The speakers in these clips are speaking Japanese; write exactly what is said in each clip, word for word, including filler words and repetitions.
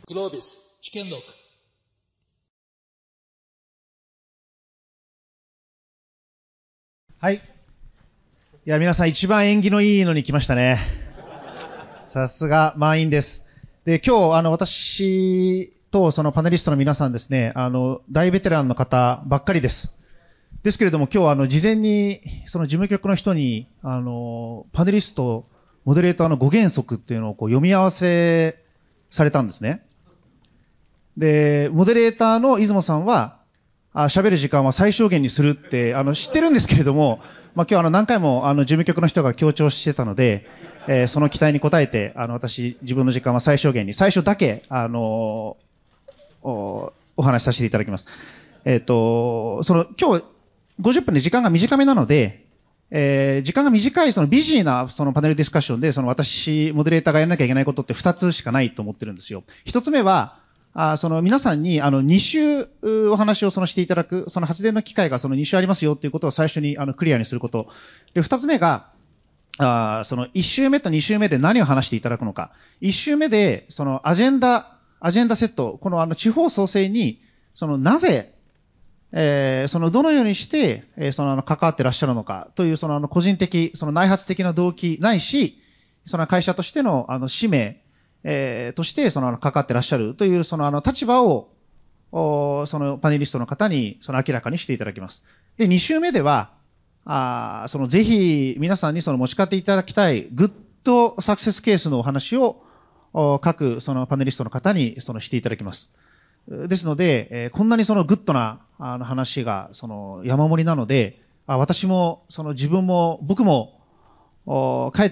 グロービス知見録。 はい。いや、皆さん一番縁起のいいのに来ましたね。さすが満員です。で、今日、あの、私とそのパネリストの皆さんですね、あの、大ベテランの方ばっかりです。ですけれども、今日、あの、事前に、その事務局の人に、あの、パネリスト、モデレーターのご原則っていうのをこう読み合わせされたんですね。で、モデレーターの出雲さんは、あ、喋る時間は最小限にするって、あの、知ってるんですけれども、まあ、今日あの、何回もあの、事務局の人が強調してたので、えー、その期待に応えて、あの、私、自分の時間は最小限に、最初だけ、あのー、お、お話しさせていただきます。えっと、その、今日、ごじゅっぷんで時間が短めなので、えー、時間が短い、そのビジーな、そのパネルディスカッションで、その私、モデレーターがやらなきゃいけないことってふたつしかないと思ってるんですよ。ひとつめは、あその皆さんにあのに週お話をそのしていただく、その発電の機会がそのに週ありますよということを最初にあのクリアにすること。で、ふたつめが、あそのいち週目とに週目で何を話していただくのか。いち週目で、そのアジェンダ、アジェンダセット、このあの地方創生に、そのなぜ、えー、そのどのようにして、えー、そのあの関わってらっしゃるのかというそのあの個人的、その内発的な動機ないし、その会社としてのあの使命、えー、として、その、関わってらっしゃるという、その、あの、立場を、その、パネリストの方に、その、明らかにしていただきます。で、に週目では、あその、ぜひ、皆さんに、その、持ち帰っていただきたい、グッドサクセスケースのお話を、各、その、パネリストの方に、その、していただきます。ですので、えー、こんなにその、グッドな、あの、話が、その、山盛りなので、あ私も、その、自分も、僕も、帰って、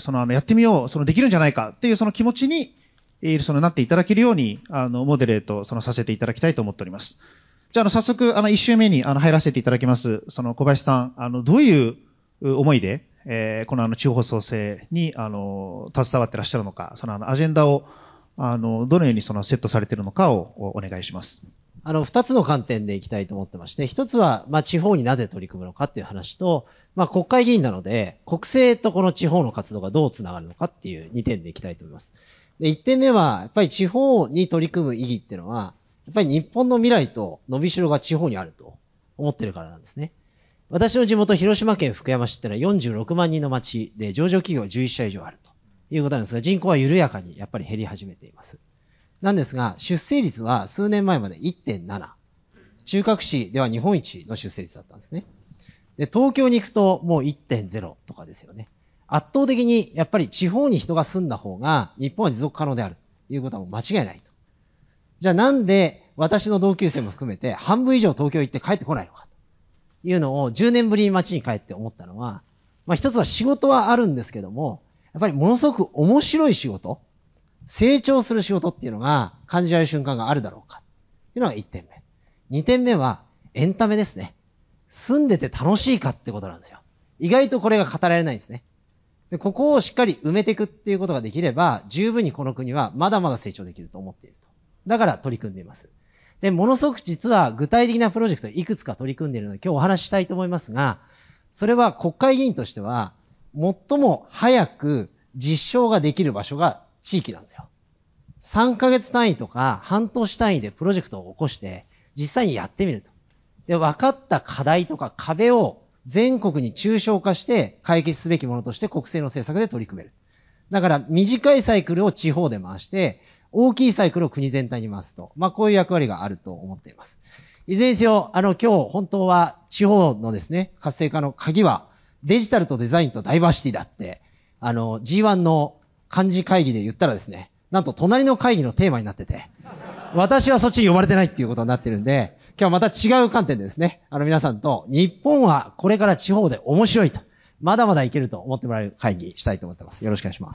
その、あの、やってみよう、その、できるんじゃないかっていうその気持ちに、その、なっていただけるように、あの、モデレート、その、させていただきたいと思っております。じゃあ、あの、早速、あの、一周目に、あの、入らせていただきます、その、小林さん、あの、どういう思いで、えー、この、あの、地方創生に、あの、携わってらっしゃるのか、その、あの、アジェンダを、あの、どのようにその、セットされているのかをお願いします。 あの、二つの観点でいきたいと思ってまして、一つは、まあ、地方になぜ取り組むのかっていう話と、まあ、国会議員なので、国政とこの地方の活動がどうつながるのかっていう二点でいきたいと思います。で、一点目は、やっぱり地方に取り組む意義っていうのは、やっぱり日本の未来と伸びしろが地方にあると思ってるからなんですね。私の地元、広島県福山市ってのはよんじゅうろくまんにんの町で、上場企業がじゅういっしゃ以上あるということなんですが、人口は緩やかにやっぱり減り始めています。なんですが、出生率は数年前まで いってんなな。中核市では日本一の出生率だったんですね。で、東京に行くともう いってんゼロ とかですよね。圧倒的にやっぱり地方に人が住んだ方が日本は持続可能であるということはもう間違いないと。じゃあなんで私の同級生も含めて半分以上東京行って帰ってこないのかというのをじゅうねんぶりに街に帰って思ったのは、まあ一つは仕事はあるんですけども、やっぱりものすごく面白い仕事、成長する仕事っていうのが感じられる瞬間があるだろうかというのがいってんめ。にてんめはエンタメですね。住んでて楽しいかってことなんですよ。意外とこれが語られないんですね。で、ここをしっかり埋めていくっていうことができれば、十分にこの国はまだまだ成長できると思っていると。だから取り組んでいます。で、ものすごく実は具体的なプロジェクトいくつか取り組んでいるので今日お話ししたいと思いますが、それは国会議員としては最も早く実証ができる場所が地域なんですよ。さんかげつ単位とか半年単位でプロジェクトを起こして実際にやってみると。で、分かった課題とか壁を全国に抽象化して解決すべきものとして国政の政策で取り組める。だから短いサイクルを地方で回して、大きいサイクルを国全体に回すと。まあこういう役割があると思っています。いずれにせよ、あの今日本当は地方のですね、活性化の鍵はデジタルとデザインとダイバーシティだって、あの ジーワン の幹事会議で言ったらですね、なんと隣の会議のテーマになってて、私はそっちに呼ばれてないっていうことになってるんで、今日はまた違う観点でですね、あの皆さんと日本はこれから地方で面白いと、まだまだいけると思ってもらえる会議したいと思ってます。よろしくお願いします。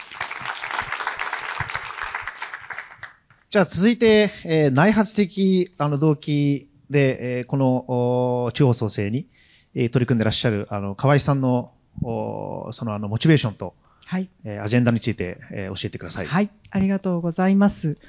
じゃあ続いて、えー、内発的あの動機で、えー、この地方創生に、えー、取り組んでいらっしゃるあの河合さんのそのあのモチベーションと、 はい、 えー、アジェンダについて、えー、教えてください。 はい、ありがとうございます。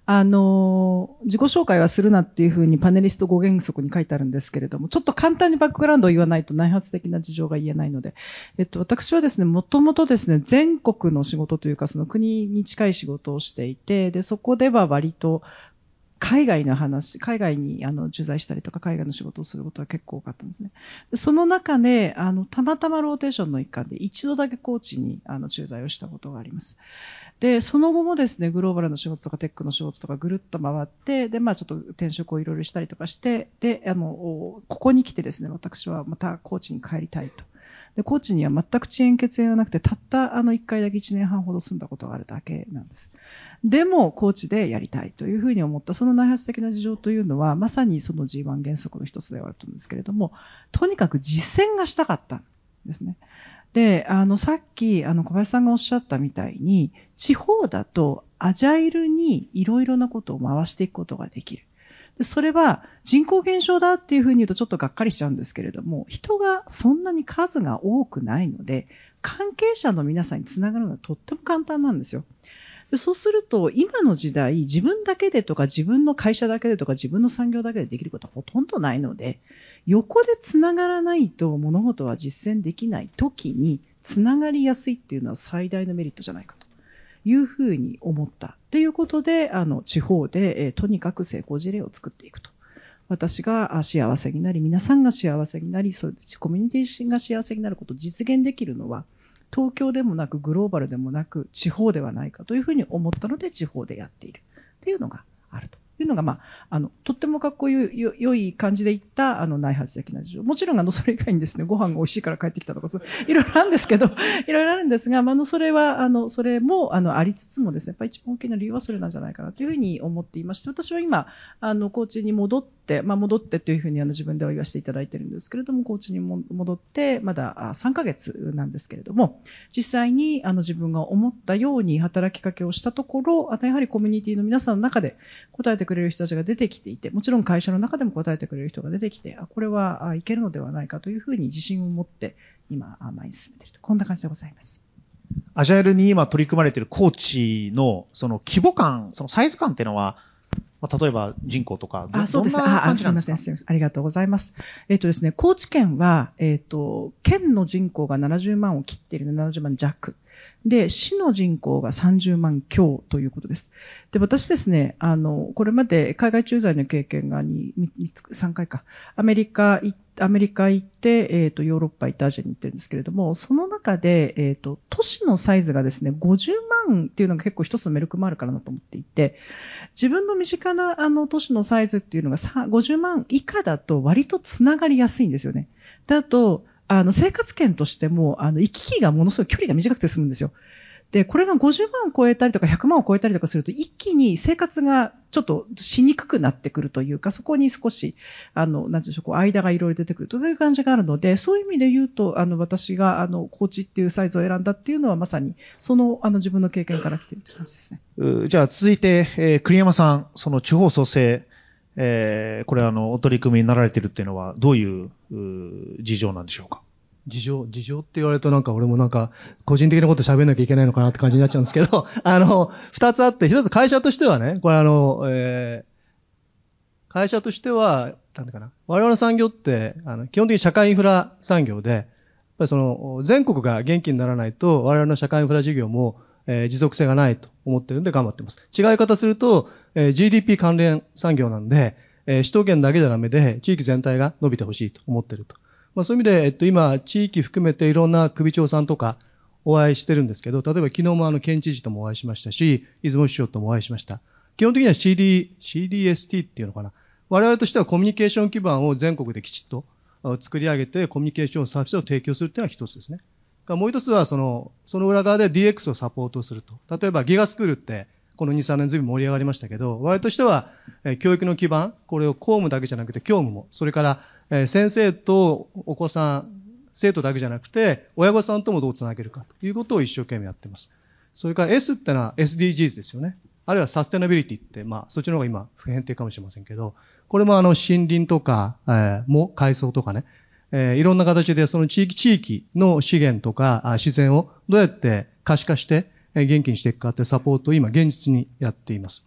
あの、自己紹介はするなっていうふうにパネリストご原則に書いてあるんですけれども、ちょっと簡単にバックグラウンドを言わないと内発的な事情が言えないので、えっと、私はですね、もともとですね、全国の仕事というか、その国に近い仕事をしていて、で、そこでは割と、海外の話、海外にあの駐在したりとか海外の仕事をすることが結構多かったんですね。でその中で、あの、たまたまローテーションの一環で一度だけ高知にあの駐在をしたことがあります。で、その後もですね、グローバルの仕事とかテックの仕事とかぐるっと回って、で、まあちょっと転職をいろいろしたりとかして、で、あの、ここに来てですね、私はまた高知に帰りたいと。で、高知には全く遅延血縁はなくて、たったあのいっかいだけいちねんはんほど住んだことがあるだけなんです。でも、高知でやりたいというふうに思った、その内発的な事情というのは、まさにその ジーワン 原則の一つではあると思うんですけれども、とにかく実践がしたかったんですね。で、あの、さっき、あの、小林さんがおっしゃったみたいに、地方だとアジャイルにいろいろなことを回していくことができる。でそれは人口減少だっていうふうに言うとちょっとがっかりしちゃうんですけれども、人がそんなに数が多くないので、関係者の皆さんにつながるのはとっても簡単なんですよ。でそうすると、今の時代、自分だけでとか自分の会社だけでとか自分の産業だけでできることはほとんどないので、横でつながらないと物事は実践できないときに、つながりやすいっていうのは最大のメリットじゃないかというふうに思ったということで、あの地方で、えー、とにかく成功事例を作っていくと。私が幸せになり、皆さんが幸せになり、そういうコミュニティが幸せになることを実現できるのは、東京でもなくグローバルでもなく地方ではないかというふうに思ったので、地方でやっているというのがあるというのが、まあ、あのとってもかっこいいよ良い感じでいったあの内発的な事情。もちろんあのそれ以外にですね、ご飯が美味しいから帰ってきたとか、いろいろあるんですけど、いろいろあるんですが、まあ、あのそれはあのそれもあのありつつもですね、やっぱり一番大きな理由はそれなんじゃないかなというふうに思っていまして、私は今あの高知に戻って、まあ、戻ってというふうにあの自分では言わせていただいているんですけれども、高知にも戻ってまださんかげつなんですけれども、実際にあの自分が思ったように働きかけをしたところ、あとやはりコミュニティの皆さんの中で答えてくれる人たちが出てきていて、もちろん会社の中でも答えてくれる人が出てきて、あこれはあいけるのではないかというふうに自信を持って今前に進めていると、こんな感じでございます。 アジャイルに今取り組まれている高知のその規模感、そのサイズ感っていうのは、まあ、例えば人口とかど、 あそうですどんな感じなんですか？ ああすみません、すみません。ありがとうございます。えっ、ー、とですね、高知県は、えっ、ー、と、県の人口がななじゅうまんを切っている、ななじゅうまん弱。で、市の人口がさんじゅうまん強ということです。で、私ですね、あの、これまで海外駐在の経験がに、さんかいか、アメリカ行って、アメリカ行って、えっ、ー、と、ヨーロッパ行ってアジアに行ってるんですけれども、その中で、えっ、ー、と、都市のサイズがですね、ごじゅうまんっていうのが結構一つのメルクもあるかなと思っていて、自分の身近なあの都市のサイズっていうのがごじゅうまん以下だと割とつながりやすいんですよね。だと、あの、生活圏としても、あの、行き来がものすごい距離が短くて済むんですよ。で、これがごじゅうまんを超えたりとかひゃくまんを超えたりとかすると、一気に生活がちょっとしにくくなってくるというか、そこに少し、あの、なんていうんでしょう、こう、間がいろいろ出てくるという感じがあるので、そういう意味で言うと、あの、私が、あの、高知っていうサイズを選んだっていうのは、まさに、その、あの、自分の経験から来ているという感じですね。 じゃあ、続いて、えー、栗山さん、その地方創生、えー、これあの、お取り組みになられているっていうのは、どういう、う事情なんでしょうか？ 事情、事情って言われるとなんか俺もなんか個人的なこと喋んなきゃいけないのかなって感じになっちゃうんですけど、あの、二つあって、一つ会社としてはね、これあの、えー、会社としては、なんだかな、我々の産業って、あの、基本的に社会インフラ産業で、やっぱりその、全国が元気にならないと、我々の社会インフラ事業も、えー、持続性がないと思ってるんで頑張ってます。違い方すると、えー、ジーディーピー 関連産業なんで、えー、首都圏だけじゃダメで、地域全体が伸びてほしいと思ってると。まあ、そういう意味で、えっと、今、地域含めていろんな首長さんとかお会いしてるんですけど、例えば昨日もあの、県知事ともお会いしましたし、出雲市長ともお会いしました。基本的には シーディー、シーディーエスティー っていうのかな。我々としてはコミュニケーション基盤を全国できちっと作り上げて、コミュニケーションサービスを提供するっていうのは一つですね。もう一つは、その、その裏側で ディーエックス をサポートすると。例えば、ギガスクールって、このに、さんねんずいぶん盛り上がりましたけど、我々としては、えー、教育の基盤、これを公務だけじゃなくて教務も、それから、えー、先生とお子さん、生徒だけじゃなくて、親御さんともどうつなげるかということを一生懸命やってます。それから S ってのは エスディージーズ ですよね。あるいはサステナビリティって、まあ、そっちの方が今、普遍的かもしれませんけど、これもあの、森林とか、えー、も、海藻とかね、えー、いろんな形でその地域地域の資源とか自然をどうやって可視化して元気にしていくかというサポートを今現実にやっています。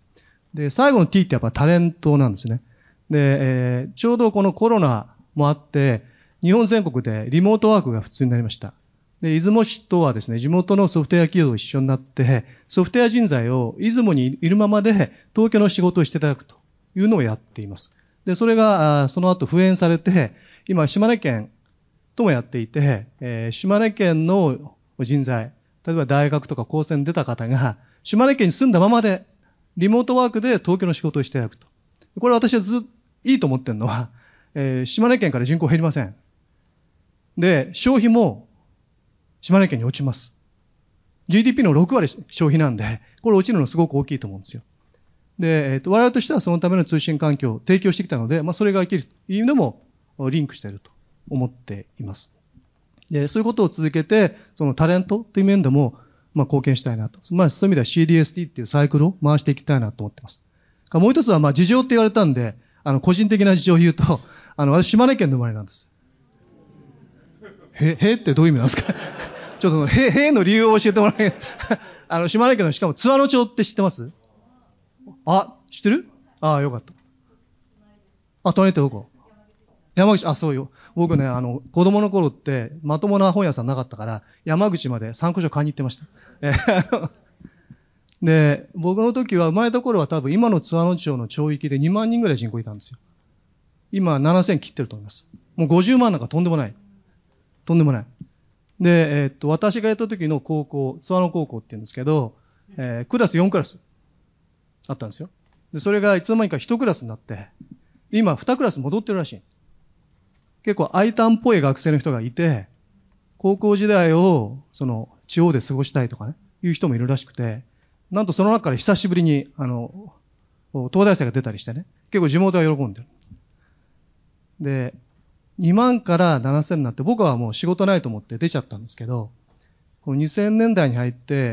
で、最後の T ってやっぱタレントなんですね。で、えー、ちょうどこのコロナもあって、日本全国でリモートワークが普通になりました。で、出雲市とはですね、地元のソフトウェア企業と一緒になって、ソフトウェア人材を出雲にいるままで東京の仕事をしていただくというのをやっています。で、それが、その後復縁されて、今、島根県ともやっていて、えー、島根県の人材、例えば大学とか高専出た方が、島根県に住んだままで、リモートワークで東京の仕事をしていただくと。これ私はずっといいと思ってるのは、えー、島根県から人口減りません。で、消費も島根県に落ちます。ジーディーピー のろくわり消費なんで、これ落ちるのすごく大きいと思うんですよ。で、えっと、我々としてはそのための通信環境を提供してきたので、まあ、それが生きるという意味でもリンクしていると思っています。で、そういうことを続けて、そのタレントという面でも、まあ、貢献したいなと。まあ、そういう意味では シーディーエスティー っていうサイクルを回していきたいなと思っています。もう一つは、まあ、事情って言われたんで、あの、個人的な事情を言うと、あの、私、島根県の生まれなんです。へ、へってどういう意味なんですかちょっと、へ、への理由を教えてもらえないあの、島根県の、しかも津和野町って知ってます？あ、知ってる？ああ、よかった。あ、隣ってどこ？山口、あ、そうよ。僕ね、あの、子供の頃って、まともな本屋さんなかったから、山口まで参考書買いに行ってました。えで、僕の時は、生まれた頃は多分、今の津和野町の町域でにまんにんぐらい人口いたんですよ。今、ななせん切ってると思います。もうごじゅうまんなんかとんでもない。とんでもない。で、えーっと、私がやった時の高校、津和野高校って言うんですけど、えー、クラスよんクラスあったんですよ。で、それがいつの間にかいちクラスになって、今にクラス戻ってるらしい。結構 アイターン っぽい学生の人がいて、高校時代を、その、地方で過ごしたいとかね、いう人もいるらしくて、なんとその中から久しぶりに、あの、東大生が出たりしてね、結構地元は喜んでる。で、にまんからななせんになって、僕はもう仕事ないと思って出ちゃったんですけど、このにせんねんだいに入って、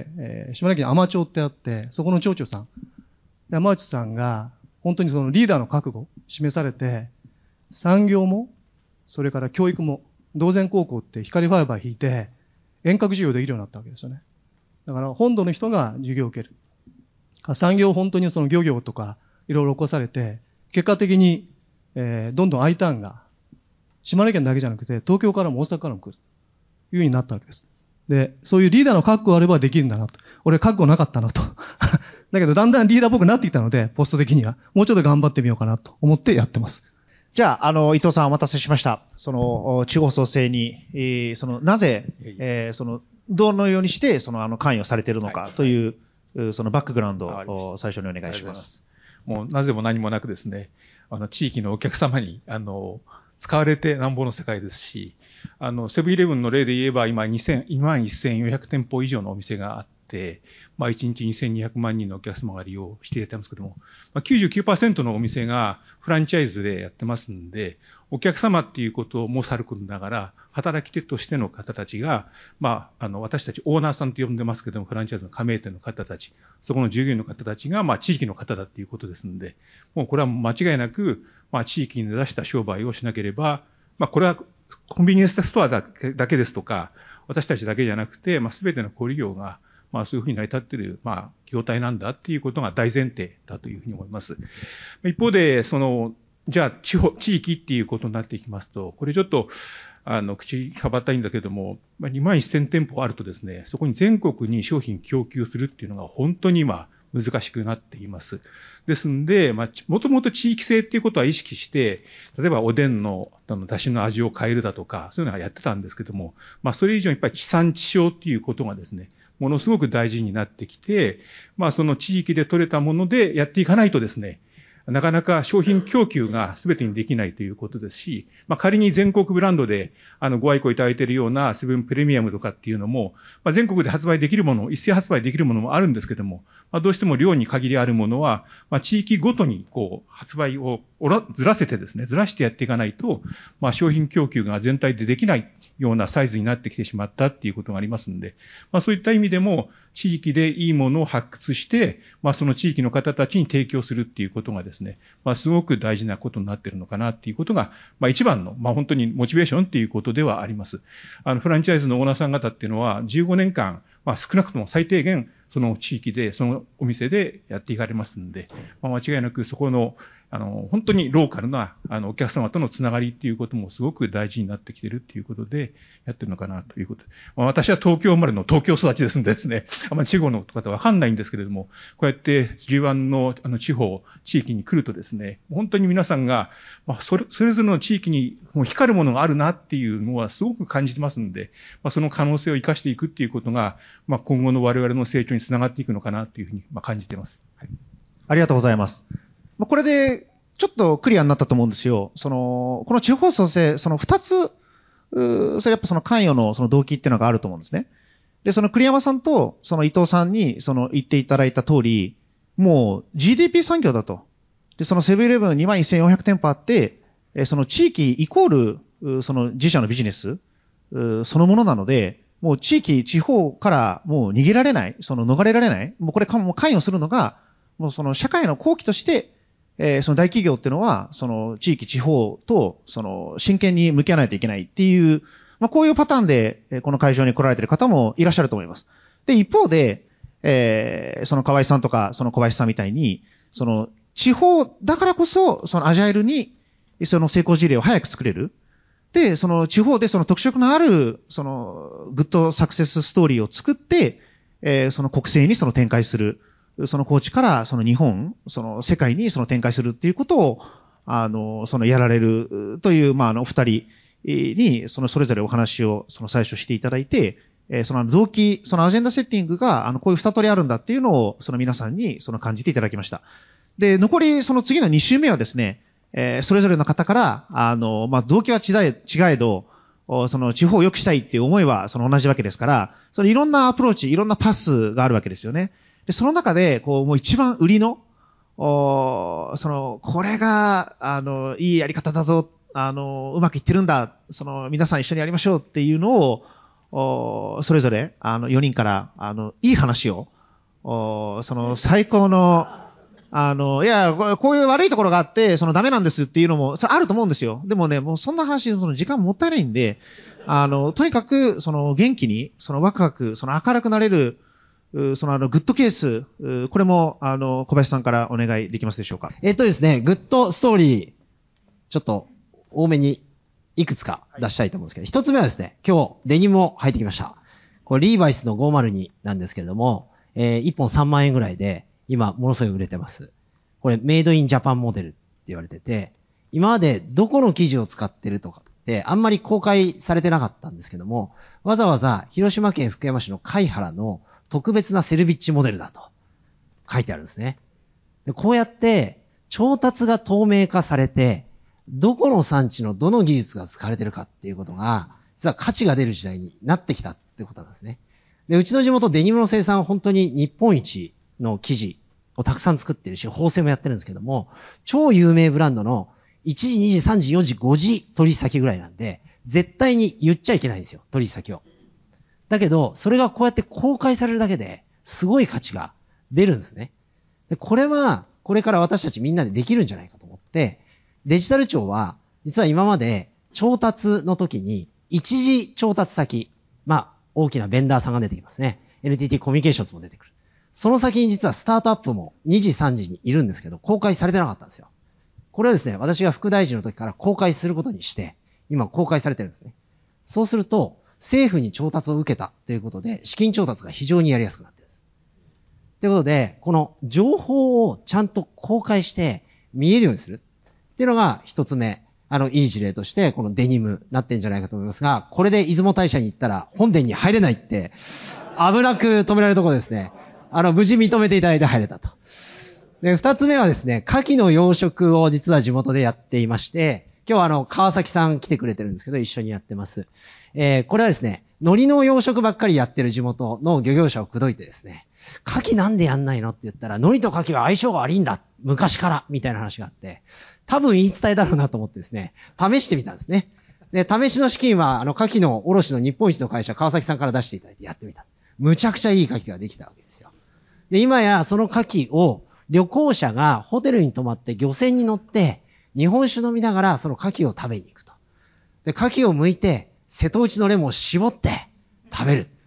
えー、島根県海士町ってあって、そこの町長さん、山内さんが、本当にそのリーダーの覚悟を示されて、産業も、それから教育も、道前高校って光ファイバー引いて、遠隔授業できるようになったわけですよね。だから本土の人が授業を受ける。産業本当にその漁業とかいろいろ起こされて、結果的に、えー、どんどん I ターンが島根県だけじゃなくて東京からも大阪からも来るというようになったわけです。で、そういうリーダーの覚悟があればできるんだなと。俺覚悟なかったなと。だけどだんだんリーダーっぽくなってきたので、ポスト的にはもうちょっと頑張ってみようかなと思ってやってます。 じゃあ、あの、伊藤さんお待たせしました。その、地方創生に、えー、その、なぜ、えー、その、どのようにして、その、あの、関与されているのかという、はい、そのバックグラウンドを最初にお願いします。 もう、なぜも何もなくですね、あの、地域のお客様に、あの、使われてなんぼの世界ですし、あの、セブンイレブンの例で言えば、今にせん、にまんせんよんひゃくてんぽ以上のお店があって、まあ、いちにちにせんにひゃくまんにんのお客様が利用していただいてますけども、まあ、きゅうじゅうきゅうパーセント のお店がフランチャイズでやってますんで、お客様っていうこともさることながら、働き手としての方たちが、まあ、あの、私たちオーナーさんと呼んでますけども、フランチャイズの加盟店の方たち、そこの従業員の方たちが、まあ、地域の方だっていうことですんで、もうこれは間違いなく、まあ、地域に出した商売をしなければ、まあ、これはコンビニエンスストアだけ、だけですとか、私たちだけじゃなくて、まあ、すべての小売業が、まあ、そういうふうに成り立っている、まあ、業態なんだっていうことが大前提だというふうに思います。一方で、その、じゃあ、地方、地域っていうことになっていきますと、これちょっと、あの、口はばったいんだけども、まあ、にまんせんてんぽあるとですね、そこに全国に商品供給するっていうのが本当に今、難しくなっています。ですんで、まあ、もともと地域性っていうことは意識して、例えばおでんの、あの、出汁の味を変えるだとか、そういうのはやってたんですけども、まあ、それ以上にやっぱり地産地消っていうことがですね、ものすごく大事になってきて、まあ、その地域で取れたものでやっていかないとですね、なかなか商品供給が全てにできないということですし、まあ、仮に全国ブランドで、あの、ご愛顧いただいているようなセブンプレミアムとかっていうのも、まあ、全国で発売できるもの、一斉発売できるものもあるんですけども、まあ、どうしても量に限りあるものは、まあ、地域ごとに、こう、発売をずらせてですね、ずらしてやっていかないと、まあ、商品供給が全体でできないようなサイズになってきてしまったっていうことがありますんで、まあ、そういった意味でも、地域でいいものを発掘して、まあ、その地域の方たちに提供するっていうことがですね、まあ、すごく大事なことになっているのかなっていうことが、まあ、一番の、まあ、本当にモチベーションっていうことではあります。あの、フランチャイズのオーナーさん方っていうのは、じゅうごねんかん、 まあ、少なくとも最低限、その地域で、そのお店でやっていかれますんで、まあ、間違いなくそこの、あの、本当にローカルな、あの、お客様とのつながりっていうこともすごく大事になってきてるっていうことで、やってるのかなということで。まあ、私は東京生まれの東京育ちですんでですね、あんまり地方の方わかんないんですけれども、こうやって ジーワン の、あの、地方、地域に来るとですね、本当に皆さんが、まあ、それ、それぞれの地域にもう光るものがあるなっていうのはすごく感じてますんで、まあ、その可能性を生かしていくっていうことが、まあ、今後の我々の成長につながっていくのかなというふうに、まあ、感じています。はい、 ありがとうございます。これで、ちょっとクリアになったと思うんですよ。その、この地方創生、その二つ、それやっぱその関与のその動機っていうのがあると思うんですね。で、その栗山さんとその伊藤さんにその言っていただいた通り、もう ジーディーピー 産業だと。で、そのセブンイレブンにまんせんよんひゃく店舗あって、その地域イコール、その自社のビジネス、そのものなので、もう地域、地方からもう逃げられない、その逃れられない、もうこれかも関与するのが、もうその社会の後期として、えー、その大企業っていうのは、その地域、地方と、その真剣に向き合わないといけないっていう、まあこういうパターンで、この会場に来られている方もいらっしゃると思います。で、一方で、えー、その河合さんとか、その小林さんみたいに、その地方だからこそ、そのアジャイルに、その成功事例を早く作れる。で、その地方でその特色のある、そのグッドサクセスストーリーを作って、えー、その国政にその展開する。その高知からその日本、その世界にその展開するっていうことを、あの、そのやられるという、まあ、あの、二人に、そのそれぞれお話をその最初していただいて、えー、その動機、そのアジェンダセッティングが、あの、こういう二通りあるんだっていうのを、その皆さんにその感じていただきました。で、残りその次の二週目はですね、えー、それぞれの方から、あの、まあ、動機は違え、違えど、その地方を良くしたいっていう思いはその同じわけですから、そのいろんなアプローチ、いろんなパスがあるわけですよね。で、その中で、こう、もう一番売りの、おその、これが、あの、いいやり方だぞ、あの、うまくいってるんだ、その、皆さん一緒にやりましょうっていうのを、おそれぞれ、あの、よにんから、あの、いい話を、おその、最高の、あの、いや、こういう悪いところがあって、そのダメなんですっていうのも、それあると思うんですよ。でもね、もうそんな話、その時間もったいないんで、あの、とにかく、その元気に、そのワクワク、その明るくなれる、そのあの、グッドケース、これも、あの、小林さんからお願いできますでしょうか。 えっとですね、グッドストーリー、ちょっと、多めに、いくつか出したいと思うんですけど、一つ目はですね、今日、デニムも入ってきました。これ、リーバイスのごーまるになんですけれども、えー、いっぽんさんまんえんぐらいで、今、ものすごい売れてます。これ、メイドインジャパンモデルって言われてて、今までどこの生地を使ってるとかって、あんまり公開されてなかったんですけども、わざわざ、広島県福山市の貝原の、特別なセルビッチモデルだと書いてあるんですね。でこうやって調達が透明化されて、どこの産地のどの技術が使われてるかっていうことが、実は価値が出る時代になってきたってことなんですね。で、うちの地元デニムの生産は本当に日本一の生地をたくさん作ってるし、縫製もやってるんですけども、超有名ブランドのいちじ、にじ、さんじ、よじ、ごじ取引先ぐらいなんで、絶対に言っちゃいけないんですよ、取引先を。だけど、それがこうやって公開されるだけで、すごい価値が出るんですね。で、これは、これから私たちみんなでできるんじゃないかと思って、デジタル庁は、実は今まで調達の時に、一時調達先、まあ、大きなベンダーさんが出てきますね。エヌティーティー コミュニケーションズも出てくる。その先に実はスタートアップもにじ、さんじにいるんですけど、公開されてなかったんですよ。これはですね、私が副大臣の時から公開することにして、今公開されてるんですね。そうすると、政府に調達を受けたということで、資金調達が非常にやりやすくなっているんです。ということで、この情報をちゃんと公開して見えるようにするっていうのが一つ目、あの、いい事例として、このデニムなってんじゃないかと思いますが、これで出雲大社に行ったら本殿に入れないって、危なく止められるところですね。あの、無事認めていただいて入れたと。で、二つ目はですね、牡蠣の養殖を実は地元でやっていまして、今日はあの、川崎さん来てくれてるんですけど、一緒にやってます。えー、これはですね、海苔の養殖ばっかりやってる地元の漁業者を口説いてですね、牡蠣なんでやんないのって言ったら、海苔と牡蠣は相性が悪いんだ、昔から、みたいな話があって、多分言い伝えだろうなと思ってですね、試してみたんですね。で、試しの資金は、あの、牡蠣の卸の日本一の会社、川崎さんから出していただいてやってみた。むちゃくちゃいい牡蠣ができたわけですよ。で、今やその牡蠣を旅行者がホテルに泊まって漁船に乗って、日本酒飲みながらその牡蠣を食べに行くと。で、牡蠣を剥いて、瀬戸内のレモンを絞って食べる。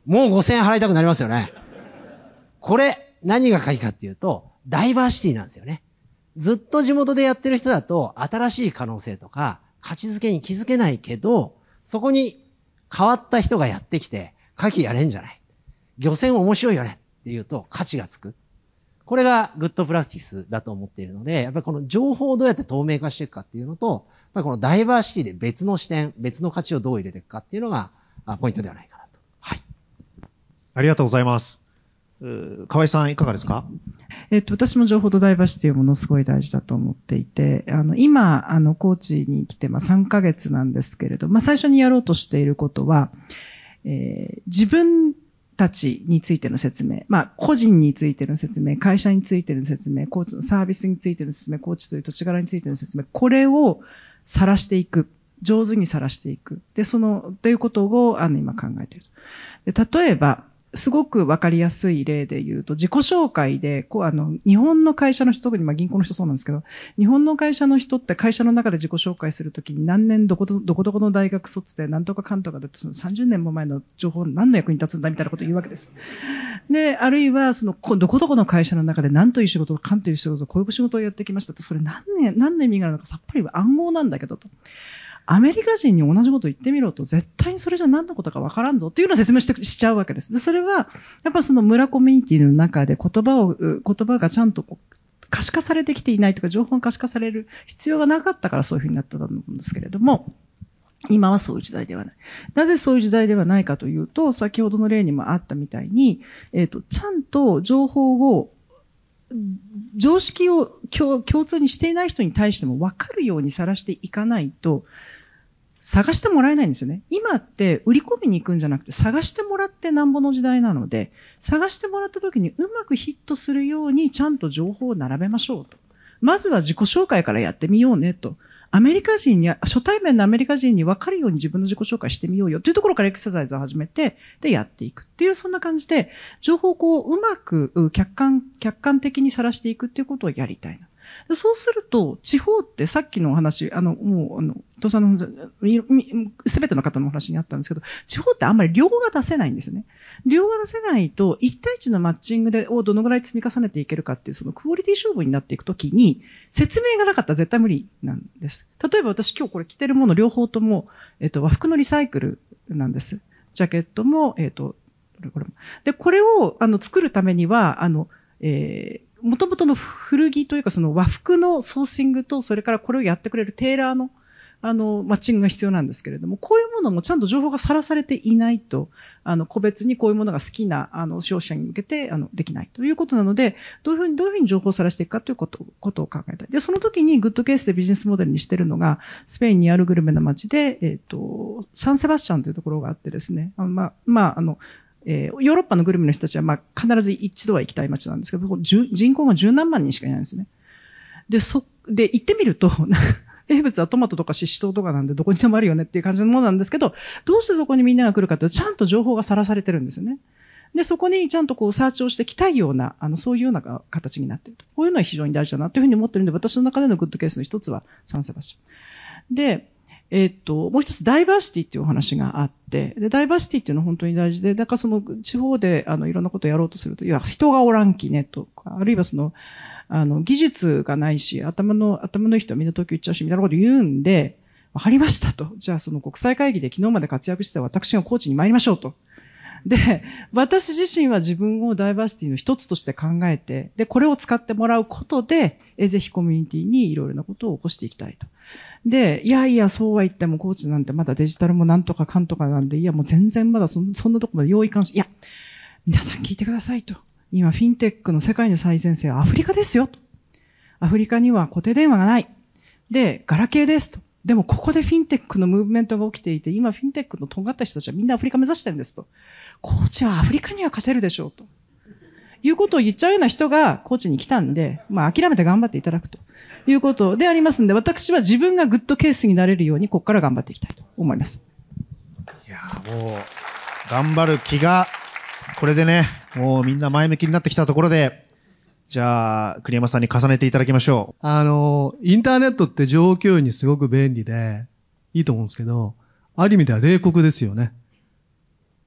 もうごせんえん払いたくなりますよね。これ、何が鍵かっていうと、ダイバーシティなんですよね。ずっと地元でやってる人だと、新しい可能性とか、価値づけに気づけないけど、そこに変わった人がやってきて、牡蠣やれんじゃない。漁船面白いよねっていうと価値がつく。これがグッドプラクティスだと思っているので、やっぱりこの情報をどうやって透明化していくかっていうのと、やっぱりこのダイバーシティで別の視点、別の価値をどう入れていくかっていうのがポイントではないかなと。はい。 ありがとうございます。河合さんいかがですか？ えっと、私も情報とダイバーシティをものすごい大事だと思っていて、あの、今、あの、高知に来て、まあ、さんかげつなんですけれど、まあ、最初にやろうとしていることは、えー、自分たちについての説明、まあ、個人についての説明、会社についての説明、コーチのサービスについての説明、コーチという土地柄についての説明、これを晒していく。上手に晒していく。で、その、ということを、あの、今考えている。で、例えば、すごくわかりやすい例で言うと、自己紹介で、こう、あの、日本の会社の人、特にまあ銀行の人そうなんですけど、日本の会社の人って会社の中で自己紹介するときに何年どこど、どこどこの大学卒で何とかかんとかだってそのさんじゅうねんも前の情報何の役に立つんだみたいなことを言うわけです。で、あるいは、その、どこどこの会社の中で何という仕事、かんという仕事、こういう仕事をやってきましたって、それ何年、何の意味があるのかさっぱり暗号なんだけどと。アメリカ人に同じこと言ってみろと、絶対にそれじゃ何のことかわからんぞっていうのを説明してしちゃうわけです。で、それは、やっぱその村コミュニティの中で言葉を、言葉がちゃんとこう可視化されてきていないとか、情報が可視化される必要がなかったからそういうふうになったと思うんですけれども、今はそういう時代ではない。なぜそういう時代ではないかというと、先ほどの例にもあったみたいに、えっと、ちゃんと情報を常識を共通にしていない人に対しても分かるようにさらしていかないと探してもらえないんですよね。今って売り込みに行くんじゃなくて探してもらってなんぼの時代なので、探してもらった時にうまくヒットするようにちゃんと情報を並べましょうと。まずは自己紹介からやってみようねと。アメリカ人に、初対面のアメリカ人に分かるように自分の自己紹介してみようよというところからエクササイズを始めて、で、やっていくっていう、そんな感じで、情報をこう、うまく客観、客観的にさらしていくっていうことをやりたいな。そうすると、地方ってさっきのお話、あの、もう、あの、伊藤さんの、すべての方のお話にあったんですけど、地方ってあんまり量が出せないんですよね。量が出せないと、一対一のマッチングでをどのぐらい積み重ねていけるかっていう、そのクオリティ勝負になっていくときに、説明がなかったら絶対無理なんです。例えば私今日これ着てるもの両方とも、えっと、和服のリサイクルなんです。ジャケットも、えっと、これも。で、これを、あの、作るためには、あの、えー、元々の古着というかその和服のソーシングと、それからこれをやってくれるテーラーの、あの、マッチングが必要なんですけれども、こういうものもちゃんと情報がさらされていないと、あの、個別にこういうものが好きな、あの、消費者に向けて、あの、できないということなので、どういうふうに、どういうふうに情報をさらしていくかということ、ことを考えたい。で、その時にグッドケースでビジネスモデルにしているのが、スペインにあるグルメの街で、えっと、サンセバスチャンというところがあってですね、あのまあ、まあ、あの、えー、ヨーロッパのグルメの人たちは、まあ、必ず一度は行きたい街なんですけど、人口が十何万人しかいないんですね。で、そ、で、行ってみると、名物はトマトとかシシトウとかなんでどこにでもあるよねっていう感じのものなんですけど、どうしてそこにみんなが来るかというと、ちゃんと情報がさらされてるんですよね。で、そこにちゃんとこうサーチをしてきたいような、あの、そういうような形になっていると。こういうのは非常に大事だなというふうに思っているので、私の中でのグッドケースの一つはサンセバスチャン。で、えっと、もう一つダイバーシティっていうお話があって、で、ダイバーシティっていうのは本当に大事で、だからその地方であのいろんなことをやろうとすると、いや、人がおらんきねとか、あるいはその、あの、技術がないし、頭の、頭のいい人はみんな東京行っちゃうし、みたいなこと言うんで、わかりましたと。じゃあその国際会議で昨日まで活躍してた私がコーチに参りましょうと。で、私自身は自分をダイバーシティの一つとして考えて、で、これを使ってもらうことで、えぜひコミュニティにいろいろなことを起こしていきたいと。で、いやいや、そうは言ってもコーチなんてまだデジタルもなんとかかんとかなんで、いやもう全然まだそんそんなとこまで用意関し、いや、皆さん聞いてくださいと。今、フィンテックの世界の最前線はアフリカですよと。アフリカには固定電話がない。で、ガラケーですと。でもここでフィンテックのムーブメントが起きていて、今フィンテックの尖った人たちはみんなアフリカ目指してるんですと。コーチはアフリカには勝てるでしょうと。いうことを言っちゃうような人がコーチに来たんで、まあ諦めて頑張っていただくということでありますんで、私は自分がグッドケースになれるようにここから頑張っていきたいと思います。 いやもう、頑張る気が、これでね、もうみんな前向きになってきたところで、じゃあ、栗山さんに重ねていただきましょう。 あの、インターネットって情報共有にすごく便利で、いいと思うんですけど、ある意味では冷酷ですよね。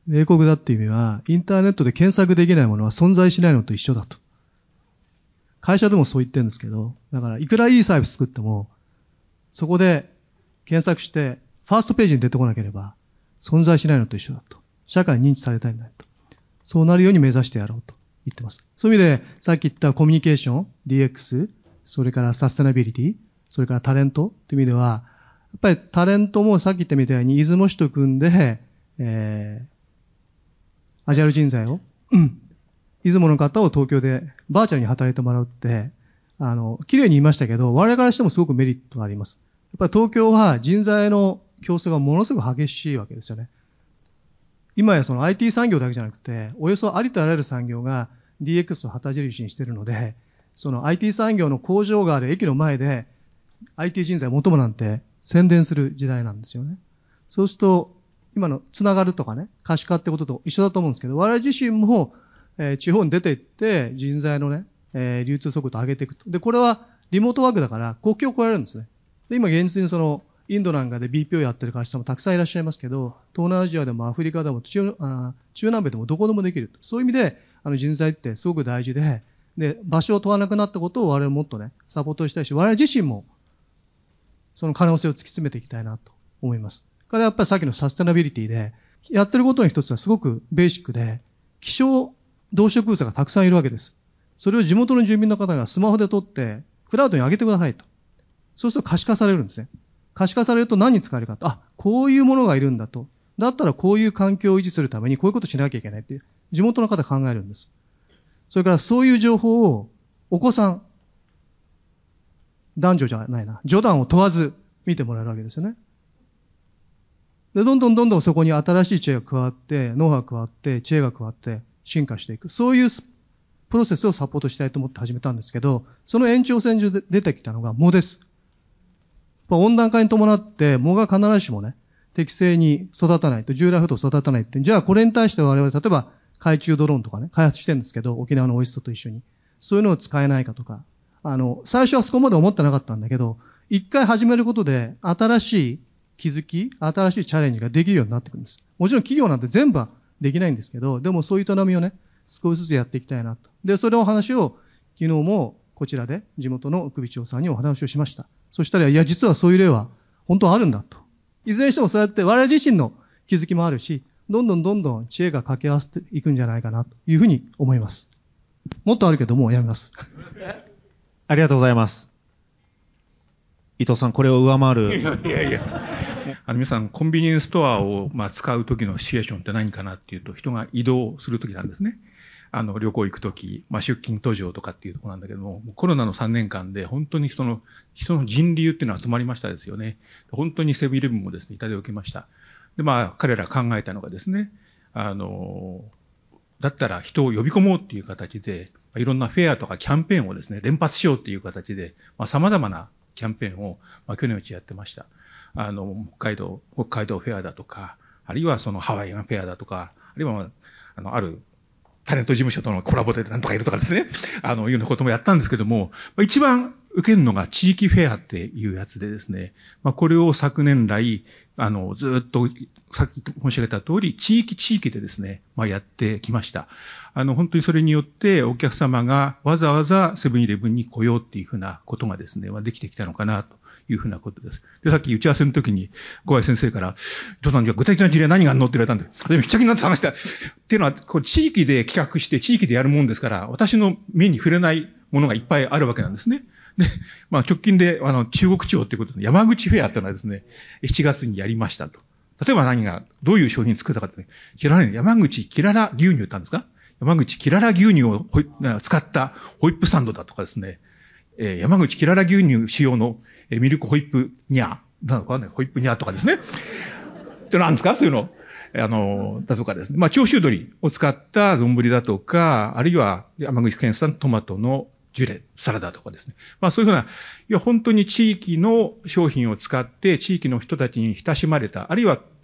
冷酷だっていう意味は、インターネットで検索できないものは存在しないのと一緒だと。会社でもそう言ってるんですけど、だからいくらいいサービス作っても、そこで検索して、ファーストページに出てこなければ、存在しないのと一緒だと。社会に認知されたいんだと。そうなるように目指してやろうと言ってます。そういう意味で、さっき言ったコミュニケーション、ディーエックス、それからサステナビリティ、それからタレントという意味では、やっぱりタレントもさっき言ったみたいに、出雲市と組んで、えー、アジャイル人材を、うん、出雲の方を東京でバーチャルに働いてもらうって、あの、綺麗に言いましたけど、我々からしてもすごくメリットがあります。やっぱり東京は人材の競争がものすごく激しいわけですよね。今やその アイティー 産業だけじゃなくて、およそありとあらゆる産業が ディーエックス を旗印にしているので、その アイティー 産業の工場がある駅の前で アイティー 人材を求むなんて宣伝する時代なんですよね。そうすると、今のつながるとかね、可視化ってことと一緒だと思うんですけど、我々自身も、えー、地方に出て行って人材のね、えー、流通速度を上げていくと。で、これはリモートワークだから国境を越えられるんですね。で、今現実にそのインドなんかで ビーピーオー やってる会社もたくさんいらっしゃいますけど、東南アジアでもアフリカでも中、あ中南米でもどこでもできる。そういう意味で、あの人材ってすごく大事で、で、場所を問わなくなったことを我々もっとね、サポートしたいし、我々自身もその可能性を突き詰めていきたいなと思います。これはやっぱりさっきのサステナビリティで、やってることの一つはすごくベーシックで、希少動植物がたくさんいるわけです。それを地元の住民の方がスマホで撮って、クラウドに上げてくださいと。そうすると可視化されるんですね。可視化されると何に使えるかと。あ、こういうものがいるんだと。だったらこういう環境を維持するためにこういうことしなきゃいけないっていう、地元の方考えるんです。それからそういう情報をお子さん、男女じゃないな、女男を問わず見てもらえるわけですよね。で、どんどんどんどんそこに新しい知恵が加わって、ノウハウが加わって、知恵が加わって進化していく。そういうプロセスをサポートしたいと思って始めたんですけど、その延長線上で出てきたのが藻です。温暖化に伴って藻が必ずしもね、適正に育たないと、従来ほど育たないって、じゃあこれに対して我々、例えば海中ドローンとかね、開発してるんですけど、沖縄のオイストと一緒に。そういうのを使えないかとか、あの、最初はそこまで思ってなかったんだけど、一回始めることで、新しい気づき、新しいチャレンジができるようになってくるんです。もちろん企業なんて全部はできないんですけど、でもそういう営みをね、少しずつやっていきたいなと。で、それのお話を昨日もこちらで地元の首長さんにお話をしました。そしたら、いや、実はそういう例は本当はあるんだと。いずれにしてもそうやって我々自身の気づきもあるし、どんどんどんどん知恵が掛け合わせていくんじゃないかなというふうに思います。もっとあるけどもうやめます。 ありがとうございます。伊藤さん、これを上回る。 いやいやいや。あの皆さん、コンビニエンスストアを、まあ、使う時のシチュエーションって何かなっていうと、人が移動する時なんですね。あの、旅行行く時、まあ、出勤途上とかっていうところなんだけども、コロナのさんねんかんで本当に人の、人の人流っていうのは集まりましたですよね。本当にセブンイレブンもですね、痛手を受けました。で、まあ、彼ら考えたのがですね、あの、だったら人を呼び込もうっていう形で、いろんなフェアとかキャンペーンをですね、連発しようっていう形で、まあ、様々なキャンペーンを、まあ、去年うちやってました。あの、北海道、北海道フェアだとか、あるいはそのハワイアンフェアだとか、あるいは、あの、あるタレント事務所とのコラボでなんとかいるとかですね、あの、いうようなこともやったんですけども、一番受けるのが地域フェアっていうやつでですね、まあ、これを昨年来、あの、ずっと、さっき申し上げた通り、地域地域でですね、まあ、やってきました。あの、本当にそれによって、お客様がわざわざセブンイレブンに来ようっていうふうなことがですね、まあ、できてきたのかなというふうなことです。で、さっき打ち合わせの時に、小林先生から、伊藤さん、じゃ具体的な事例何があるのって言われたんで、でめっちゃ気になって話した。っていうのは、こう地域で企画して、地域でやるもんですから、私の目に触れないものがいっぱいあるわけなんですね。で、まあ、直近で、あの、中国地方っていうことで、山口フェアっていうのはですね、しちがつにやりましたと。例えば何が、どういう商品作ったかってね、キララ、山口キララ牛乳って言ったんですか？山口キララ牛乳をホイ使ったホイップサンドだとかですね、えー、山口キララ牛乳使用のミルクホイップニャー、なのかね、ホイップニャーとかですね。って何ですか？そういうの。あの、だとかですね。まあ、長州鶏を使った丼だとか、あるいは山口県産トマトのジュレ、サラダとかですね。まあそういうふうな、いや本当に地域の商品を使って地域の人たちに親しまれた、あるいは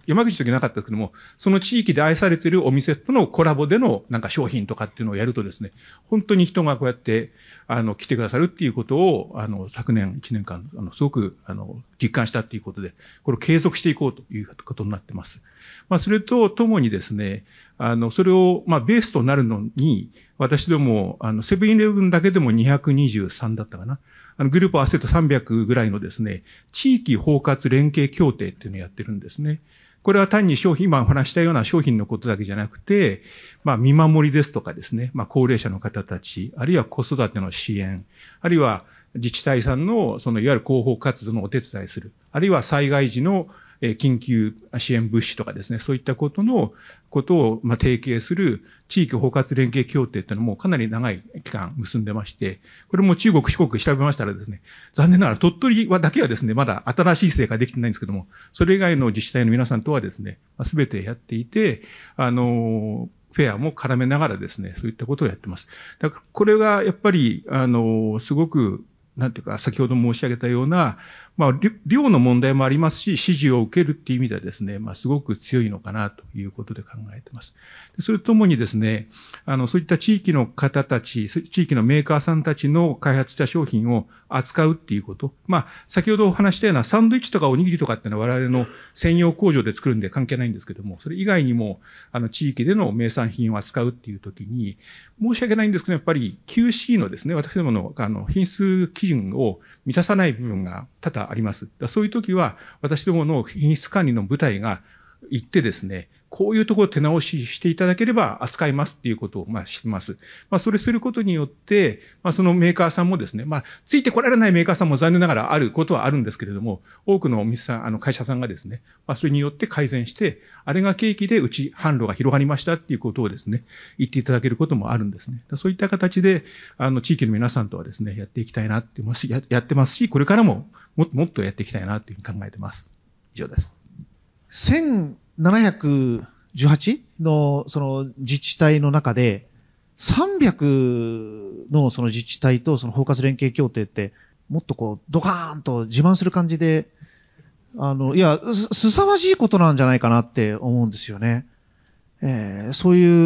山口の時なかったですけども、その地域で愛されているお店とのコラボでのなんか商品とかっていうのをやるとですね、本当に人がこうやって、あの、来てくださるっていうことを、あの、昨年いちねんかん、あの、すごく、あの、実感したっていうことで、これを継続していこうということになってます。まあ、それとともにですね、あの、それを、まあ、ベースとなるのに、私ども、あの、セブンイレブンだけでもにひゃくにじゅうさんだったかな。あの、グループを合わせるとさんびゃくぐらいのですね、地域包括連携協定っていうのをやってるんですね。これは単に商品、今お話したような商品のことだけじゃなくて、まあ、見守りですとかですね、まあ、高齢者の方たち、あるいは子育ての支援、あるいは自治体さんの、その、いわゆる広報活動のお手伝いする、あるいは災害時の、えー、緊急支援物資とかですね、そういったことの、ことを、まあ、提携する地域包括連携協定っていうのもかなり長い期間結んでまして、これも中国、四国調べましたらですね、残念ながら鳥取はだけはですね、まだ新しい成果できてないんですけども、それ以外の自治体の皆さんとはですね、すべてやっていて、あの、フェアも絡めながらですね、そういったことをやってます。だから、これがやっぱり、あの、すごく、なんていうか、先ほど申し上げたような、まあ、量の問題もありますし、指示を受けるっていう意味ではですね、まあ、すごく強いのかなということで考えています。それとともにですね、あの、そういった地域の方たち、地域のメーカーさんたちの開発した商品を扱うっていうこと。まあ、先ほどお話したようなサンドイッチとかおにぎりとかっていうのは我々の専用工場で作るんで関係ないんですけども、それ以外にも、あの、地域での名産品を扱うっていうときに、申し訳ないんですけど、やっぱり キューシー のですね、私どもの、あの、品質基準を満たさない部分が多々あります。そういうときは、私どもの品質管理の部隊が行ってですね、こういうところを手直ししていただければ扱いますっていうことを、まあ、してます。まあ、それすることによって、まあ、そのメーカーさんもですね、まあ、ついてこられないメーカーさんも残念ながらあることはあるんですけれども、多くのお店さん、あの、会社さんがですね、まあ、それによって改善して、あれが契機でうち販路が広がりましたっていうことをですね、言っていただけることもあるんですね。そういった形で、あの、地域の皆さんとはですね、やっていきたいなってますし、や、やってますし、これからももっともっとやっていきたいなというふうに考えてます。以上です。 せんななひゃくじゅうはちのその自治体の中で、さんびゃくのその自治体とその包括連携協定って、もっとこう、ドカーンと自慢する感じで、あの、いや、す、すさまじいことなんじゃないかなって思うんですよね。えー、そういう、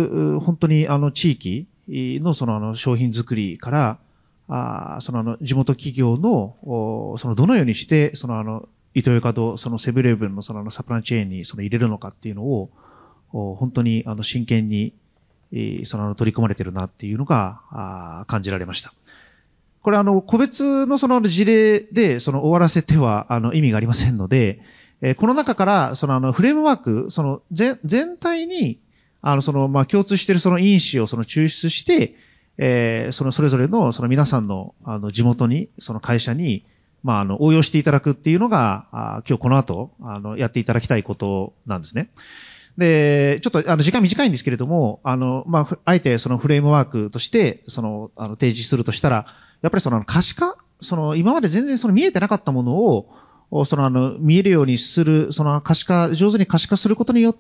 本当にあの地域のそのあの商品作りから、あそのあの地元企業の、そのどのようにして、そのあの、イトーヨーカドー、そのセブンイレブンのそのあのサプライチェーンにその入れるのかっていうのを、本当にあの真剣に、そのあの取り組まれてるなっていうのが感じられました。これあの個別のその事例でその終わらせてはあの意味がありませんので、この中からそのあのフレームワーク、その全全体にあのそのまあ共通しているその因子をその抽出して、えー、そのそれぞれのその皆さんのあの地元にその会社にまあ、あの、応用していただくっていうのが、あ今日この後、あの、やっていただきたいことなんですね。で、ちょっと、あの、時間短いんですけれども、あの、まあ、あえてそのフレームワークとして、その、あの、提示するとしたら、やっぱりその、可視化、その、今まで全然その見えてなかったものを、その、あの、見えるようにする、その、可視化、上手に可視化することによって、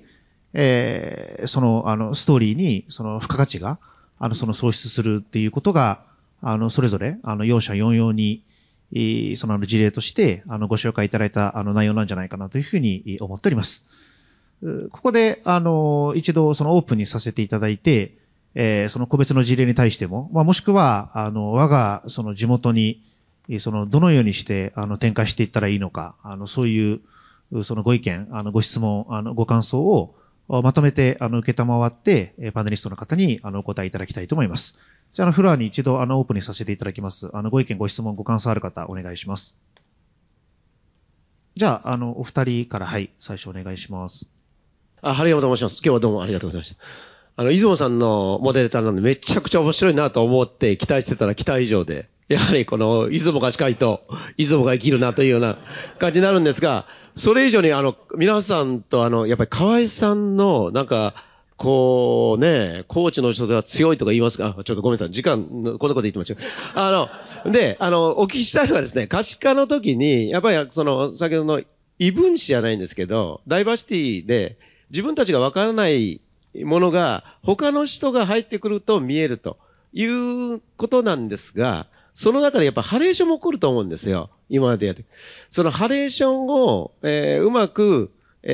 えー、その、あの、ストーリーに、その、付加価値が、あの、その、創出するっていうことが、あの、それぞれ、あの、よん社よん用に、その事例として、あの、ご紹介いただいた、あの、内容なんじゃないかなというふうに思っております。ここで、あの、一度、その、オープンにさせていただいて、えー、その個別の事例に対しても、まあ、もしくは、あの、我が、その地元に、その、どのようにして、あの、展開していったらいいのか、あの、そういう、そのご意見、あの、ご質問、あの、ご感想を、まとめて、あの、受けたまわって、パネリストの方に、あの、お答えいただきたいと思います。じゃあ、あの、フロアに一度、あの、オープンにさせていただきます。あの、ご意見、ご質問、ご感想ある方、お願いします。じゃあ、あの、お二人から、はい、最初お願いします。 あ、春山と申します。今日はどうもありがとうございました。あの、出雲さんのモデレーターなんで、めちゃくちゃ面白いなと思って期待してたら期待以上で、やはりこの、出雲が近いと、出雲が生きるなというような感じになるんですが、それ以上に、あの、皆さんと、あの、やっぱり河合さんの、なんか、こうね、コーチの人では強いとか言いますか、ちょっとごめんなさい、時間、こんなこと言ってました。あの、で、あの、お聞きしたいのはですね、可視化の時に、やっぱりその、先ほどの異分子じゃないんですけど、ダイバーシティで、自分たちがわからないものが、他の人が入ってくると見えるということなんですが、その中でやっぱハレーションも起こると思うんですよ。今までやって。そのハレーションを、えー、うまく、えー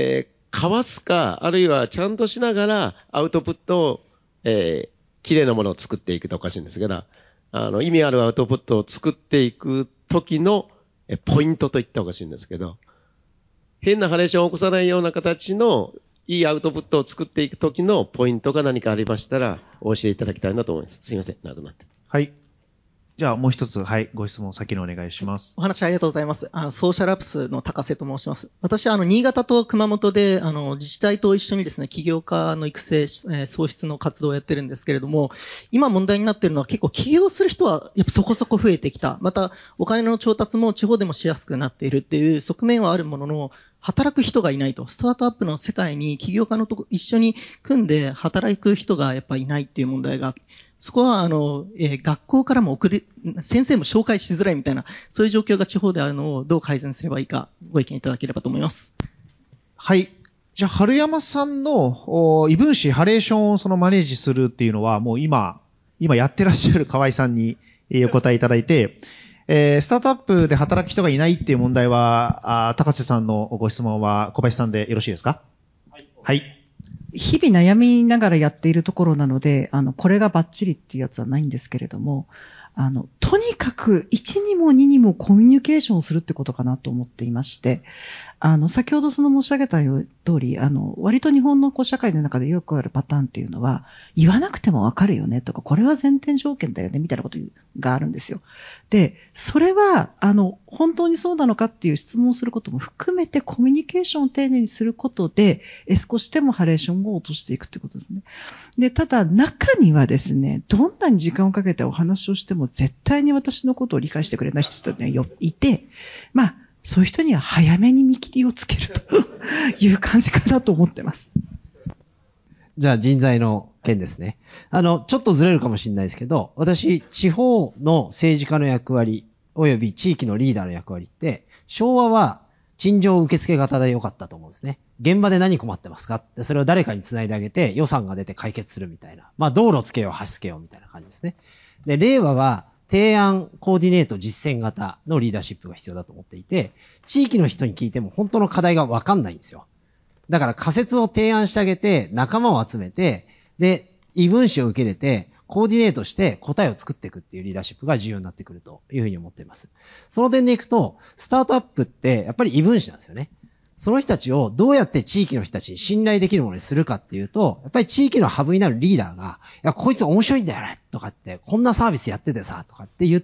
かわすか、あるいはちゃんとしながらアウトプットを、えー、綺麗なものを作っていくとおかしいんですけど、あの、意味あるアウトプットを作っていく時のえポイントと言ったらおかしいんですけど、変なハレーションを起こさないような形のいいアウトプットを作っていく時のポイントが何かありましたらお教えいただきたいなと思います。すいません、長くなって。 はい。じゃあもう一つ、はい、ご質問先にお願いします。 お話ありがとうございます。あソーシャルアプスの高瀬と申します。私はあの新潟と熊本であの自治体と一緒にですね、起業家の育成、えー、創出の活動をやってるんですけれども、今問題になっているのは結構起業する人はやっぱそこそこ増えてきた。またお金の調達も地方でもしやすくなっているっていう側面はあるものの、働く人がいないと。スタートアップの世界に起業家のとこ一緒に組んで働く人がやっぱいないっていう問題が、そこはあの、えー、学校からも送り、先生も紹介しづらいみたいな、そういう状況が地方であるのをどう改善すればいいかご意見いただければと思います。 はい。じゃあ、春山さんの異分子、ハレーションをそのマネージするっていうのは、もう今、今やってらっしゃる河合さんにお答えいただいて、えー、スタートアップで働く人がいないっていう問題は、あ高瀬さんのご質問は小林さんでよろしいですか？はい。はい。 日々悩みながらやっているところなので、あの、これがバッチリっていうやつはないんですけれども、あの、とにかくいちにもににもコミュニケーションをするってことかなと思っていまして、あの、先ほどその申し上げた通り、あの、割と日本のこう社会の中でよくあるパターンっていうのは、言わなくてもわかるよねとか、これは前提条件だよねみたいなことがあるんですよ。で、それは、あの、本当にそうなのかっていう質問をすることも含めてコミュニケーションを丁寧にすることで、少しでもハレーションを落としていくってことですね。で、ただ中にはですね、どんなに時間をかけてお話をしても絶対に私のことを理解してくれない人がいて、まあ、そういう人には早めに見切りをつけるという感じかなと思ってます。 じゃあ人材の件ですね。あの、ちょっとずれるかもしれないですけど、私、地方の政治家の役割、および地域のリーダーの役割って、昭和は陳情受付型で良かったと思うんですね。現場で何困ってますかって、それを誰かに繋いであげて予算が出て解決するみたいな。まあ道路つけよう、橋つけようみたいな感じですね。で、令和は提案、コーディネート、実践型のリーダーシップが必要だと思っていて、地域の人に聞いても本当の課題がわかんないんですよ。だから仮説を提案してあげて、仲間を集めて、で、異分子を受け入れて、コーディネートして答えを作っていくっていうリーダーシップが重要になってくるというふうに思っています。その点でいくと、スタートアップってやっぱり異分子なんですよね。その人たちをどうやって地域の人たちに信頼できるものにするかっていうと、やっぱり地域のハブになるリーダーが、いや、こいつ面白いんだよねとかって、こんなサービスやっててさ、とかって言って、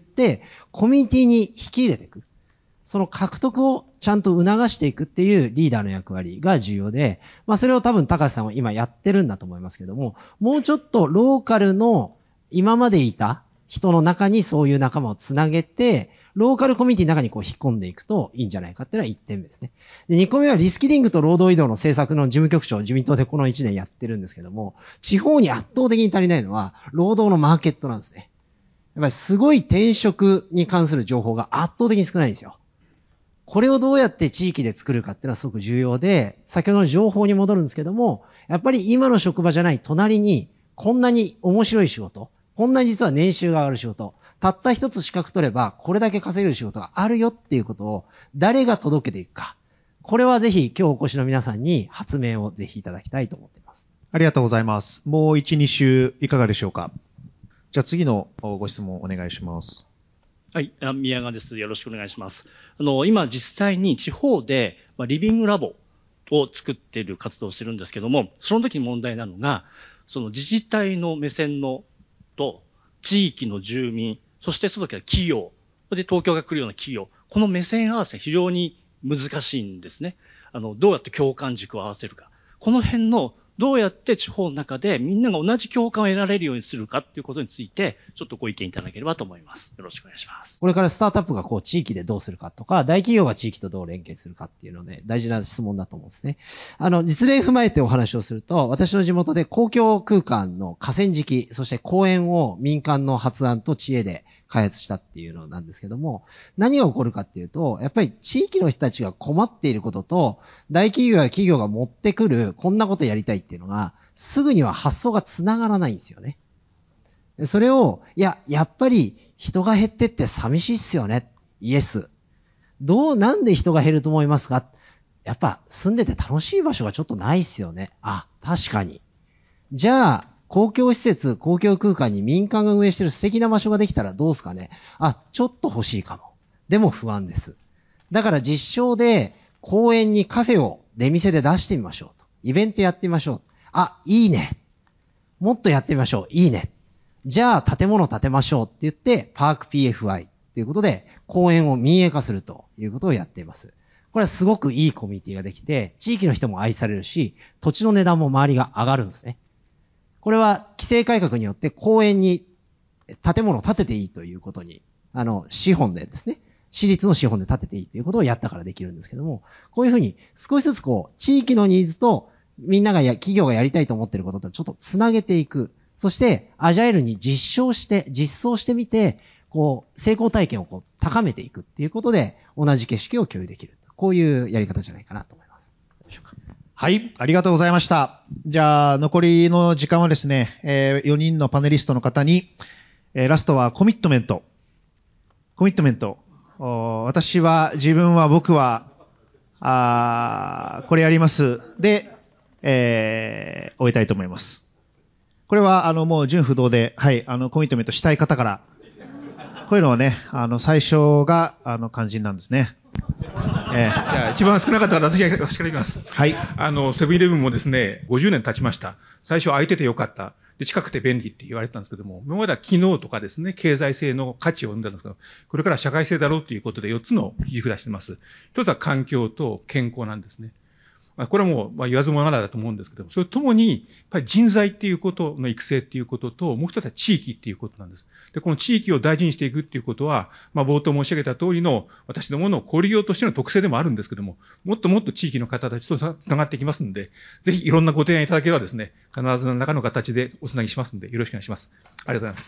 コミュニティに引き入れていく。その獲得をちゃんと促していくっていうリーダーの役割が重要で、まあそれを多分高橋さんは今やってるんだと思いますけども、もうちょっとローカルの今までいた人の中にそういう仲間をつなげて、ローカルコミュニティの中にこう引っ込んでいくといいんじゃないかっていうのはいってんめですね。で、にこめはリスキリングと労働移動の政策の事務局長を自民党でこのいちねんやってるんですけども、地方に圧倒的に足りないのは労働のマーケットなんですね。やっぱりすごい転職に関する情報が圧倒的に少ないんですよ。これをどうやって地域で作るかっていうのはすごく重要で、先ほどの情報に戻るんですけども、やっぱり今の職場じゃない隣にこんなに面白い仕事、こんなに実は年収が上がる仕事、たった一つ資格取ればこれだけ稼げる仕事があるよっていうことを誰が届けていくか。これはぜひ今日お越しの皆さんに発明をぜひいただきたいと思っています。 ありがとうございます。もういち、に週いかがでしょうか。じゃあ次のご質問お願いします。 はい、宮川です。よろしくお願いします。あの、今実際に地方で、まあ、リビングラボを作っている活動をしてるんですけども、その時に問題なのが、その自治体の目線のと、地域の住民、そしてその時は企業、で東京が来るような企業、この目線合わせ非常に難しいんですね。あの、どうやって共感軸を合わせるか。この辺のどうやって地方の中でみんなが同じ共感を得られるようにするかっていうことについて、ちょっとご意見いただければと思います。よろしくお願いします。 これからスタートアップがこう地域でどうするかとか、大企業が地域とどう連携するかっていうので、大事な質問だと思うんですね。あの、実例踏まえてお話をすると、私の地元で公共空間の河川敷、そして公園を民間の発案と知恵で開発したっていうのなんですけども、何が起こるかっていうと、やっぱり地域の人たちが困っていることと、大企業や企業が持ってくる、こんなことやりたいっていうのが、すぐには発想がつながらないんですよね。それを、いや、やっぱり人が減ってって寂しいっすよね。イエス。どう、なんで人が減ると思いますか？ やっぱ住んでて楽しい場所がちょっとないっすよね。あ、確かに。じゃあ、公共施設、公共空間に民間が運営してる素敵な場所ができたらどうすかね。あ、ちょっと欲しいかも。でも不安です。だから実証で公園にカフェを出店で出してみましょうと。イベントやってみましょう。あ、いいね。もっとやってみましょう。いいね。じゃあ建物建てましょうって言って、パーク ピーエフアイ ということで公園を民営化するということをやっています。これはすごくいいコミュニティができて、地域の人も愛されるし、土地の値段も周りが上がるんですね。これは規制改革によって公園に建物を建てていいということに、あの、資本でですね、私立の資本で建てていいということをやったからできるんですけども、こういうふうに少しずつこう、地域のニーズとみんながや、企業がやりたいと思っていることとちょっとつなげていく。そして、アジャイルに実証して、実装してみて、こう、成功体験をこう、高めていくっていうことで、同じ景色を共有できる。こういうやり方じゃないかなと思います。 はい、ありがとうございました。じゃあ、残りの時間はですね、えー、よにんのパネリストの方に、えー、ラストはコミットメント。コミットメント。私は、自分は、僕は、あこれやります。で、えー、終えたいと思います。これは、あの、もう、純不動で、はい、あの、コミットメントしたい方から、こういうのはね、あの、最初が、あの、肝心なんですね。 えー、じゃあ、一番少なかったから私が、私から言います。 はい。 あの、セブンイレブンもですね、ごじゅうねん経ちました。最初空いててよかった。で、近くて便利って言われてたんですけども、今までは機能とかですね、経済性の価値を生んだんですけど、これから社会性だろうということでよっつの切り札してます。一つは環境と健康なんですね。まあ、これはもう、まあ、言わずもがなだと思うんですけども、それともに、やっぱり人材っていうことの育成っていうことと、もう一つは地域っていうことなんです。で、この地域を大事にしていくっていうことは、まあ、冒頭申し上げた通りの、私どもの小売業としての特性でもあるんですけども、もっともっと地域の方たちとつながっていきますので、ぜひいろんなご提案いただければですね、必ず何らかの形でおつなぎしますので、よろしくお願いします。ありがとうございます。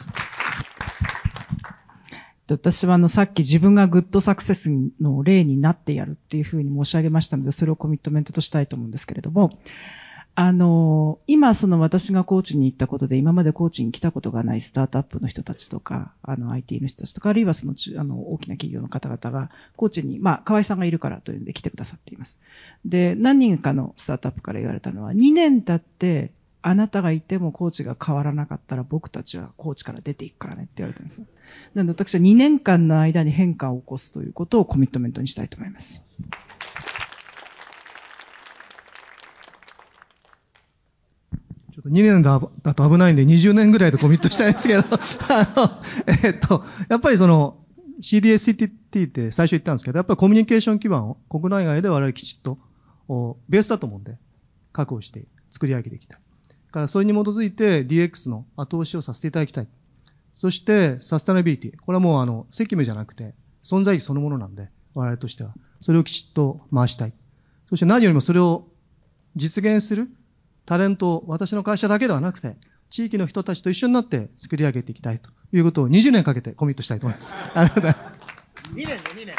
私はあのさっき自分がグッドサクセスの例になってやるっていうふうに申し上げましたので、それをコミットメントとしたいと思うんですけれども、あの、今その私がコーチに行ったことで、今までコーチに来たことがないスタートアップの人たちとか、あの アイティー の人たちとか、あるいはそのあの大きな企業の方々がコーチに、まあ河合さんがいるからというので来てくださっています。で、何人かのスタートアップから言われたのは、にねん経ってあなたがいてもコーチが変わらなかったら僕たちはコーチから出ていくからねって言われてるんです。なので私はにねんかんの間に変化を起こすということをコミットメントにしたいと思います。 ちょっとにねんだと危ないんでにじゅうねんぐらいでコミットしたいんですけど、あの、えっと、やっぱりその シーディーエスシーティー って最初言ったんですけど、やっぱりコミュニケーション基盤を国内外で我々きちっとベースだと思うんで確保して作り上げていきたい。だからそれに基づいて ディーエックス の後押しをさせていただきたい。そしてサステナビリティ。これはもうあの責務じゃなくて存在意義そのものなんで、我々としてはそれをきちっと回したい。そして何よりもそれを実現するタレントを私の会社だけではなくて、地域の人たちと一緒になって作り上げていきたいということをにじゅうねんかけてコミットしたいと思います。ありがとうございます。 にねんでにねん。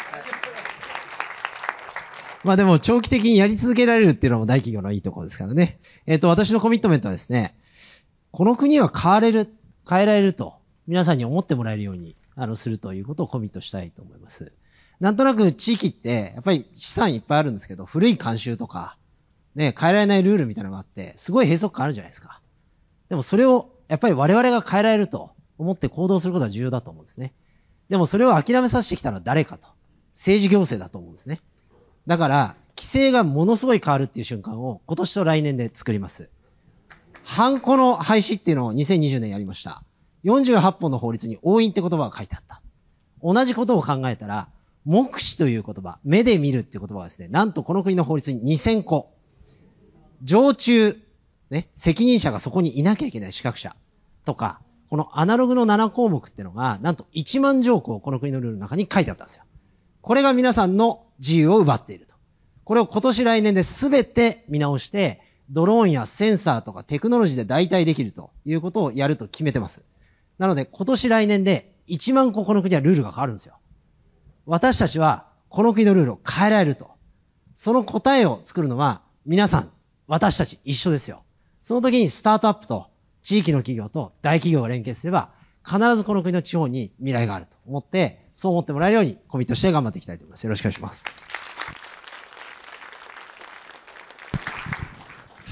まあでも長期的にやり続けられるっていうのも大企業のいいところですからね。えっと、私のコミットメントはですね、この国は変われる、変えられると皆さんに思ってもらえるように、あの、するということをコミットしたいと思います。なんとなく地域って、やっぱり資産いっぱいあるんですけど、古い慣習とか、ね、変えられないルールみたいなのがあって、すごい閉塞感あるじゃないですか。でもそれを、やっぱり我々が変えられると思って行動することは重要だと思うんですね。でもそれを諦めさせてきたのは誰かと。政治行政だと思うんですね。だから、規制がものすごい変わるっていう瞬間を今年と来年で作ります。ハンコの廃止っていうのをにせんにじゅうねんやりました。よんじゅうはっぽんの法律に押印って言葉が書いてあった。同じことを考えたら、目視という言葉、目で見るっていう言葉がですね、なんとこの国の法律ににせんこ。常駐、ね、責任者がそこにいなきゃいけない資格者とか、このアナログのななこうもくっていうのが、なんといちまんじょうこうこの国のルールの中に書いてあったんですよ。これが皆さんの自由を奪っていると。これを今年来年で全て見直して、ドローンやセンサーとかテクノロジーで代替できるということをやると決めてます。なので今年来年でいちまんここの国はルールが変わるんですよ。私たちはこの国のルールを変えられると。その答えを作るのは皆さん、私たち一緒ですよ。その時にスタートアップと地域の企業と大企業が連携すれば、必ずこの国の地方に未来があると思って、そう思ってもらえるようにコミットして頑張っていきたいと思います。よろしくお願いします。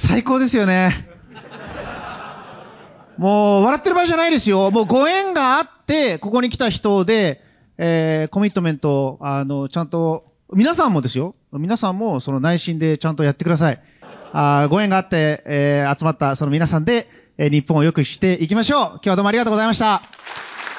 最高ですよね。もう、笑ってる場合じゃないですよ。もうご縁があって、ここに来た人で、えー、コミットメント、あの、ちゃんと、皆さんもですよ。皆さんも、その内心でちゃんとやってください。あご縁があって、えー、集まったその皆さんで、えー、日本を良くしていきましょう。今日はどうもありがとうございました。